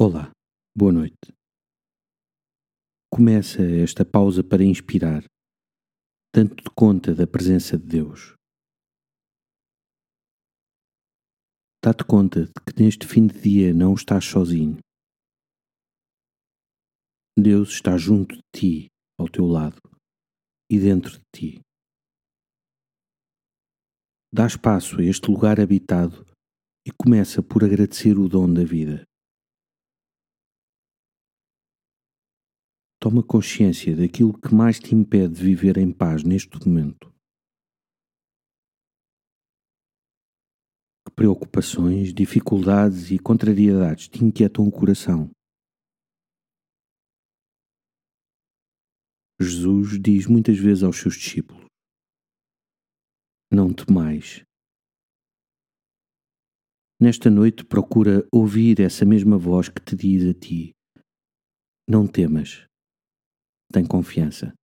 Olá, boa noite. Começa esta pausa para inspirar, dando-te conta da presença de Deus. Dá-te conta de que neste fim de dia não estás sozinho. Deus está junto de ti, ao teu lado e dentro de ti. Dá espaço a este lugar habitado e começa por agradecer o dom da vida. Toma consciência daquilo que mais te impede de viver em paz neste momento. Que preocupações, dificuldades e contrariedades te inquietam o coração. Jesus diz muitas vezes aos seus discípulos: não temais. Nesta noite procura ouvir essa mesma voz que te diz a ti: não temas, tem confiança.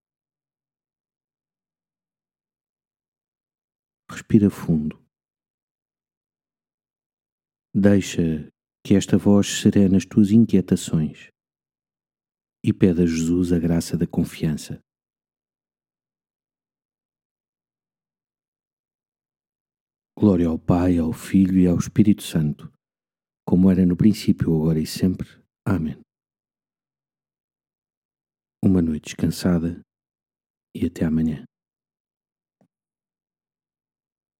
Respira fundo. Deixa que esta voz serene as tuas inquietações e pede a Jesus a graça da confiança. Glória ao Pai, ao Filho e ao Espírito Santo, como era no princípio, agora e sempre. Amém. Uma noite descansada e até amanhã.